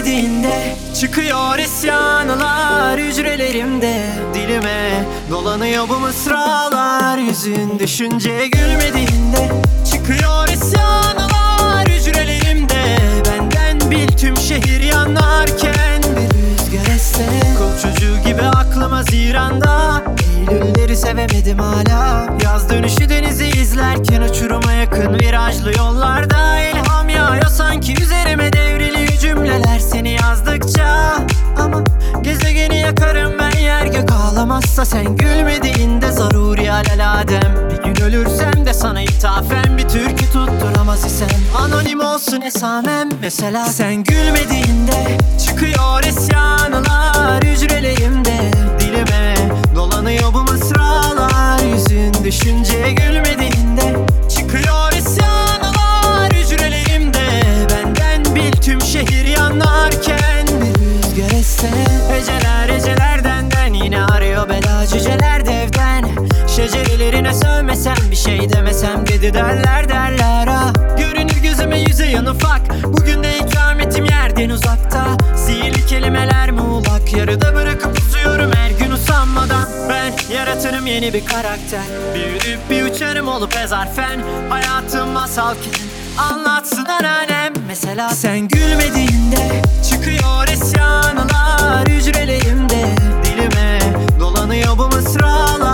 gülmediğinde çıkıyor isyanlar hücrelerimde. Dilime dolanıyor bu mısralar, yüzün düşünce gülmediğinde çıkıyor isyanlar hücrelerimde. Benden bil tüm şehir yanarken bir rüzgar esse, kul çocuğu gibi aklım Haziran'da. Eylülleri sevemedim hala, yaz dönüşü denizi izlerken uçuruma yakın virajlı yollarda. İlham yağıyor sanki üzerime devriliyor cümleler seni yazdıkça. Ama gezegeni yakarım ben, yer gök ağlamazsa sen gülmediğinde zaruri alelade. Bir gün ölürsem de sana ithafen bir türkü tutturamaz isem, anonim olsun esamem. Mesela sen gülmediğinde çıkıyor isyanlar hücrelerimde. Dilime dolanıyor bu mısralar, yüzün düşünce gülmediğinde çıkıyor isyanlar hücrelerimde. Benden bil tüm şehir yanarken bir rüzgar esse, eceler ecelerden yine arıyor bela cüceler devden. Şecerelerine sövmesem bir şey demesem dedi derler ha. Görünür gözüme yüze yan ufak, bugün de ikametim yerden uzakta. Sihirli kelimeler muğlak, yarıda bırakıp uzuyorum her gün usanmadan. Ben yaratırım yeni bir karakter, büyüyüp bir uçarım olup ezarfen. Hayatım masalken anlatsın anneannem. Mesela sen gülmediğinde çıkıyor isyanlar hücrelerimde. Dilime dolanıyor bu mısralar,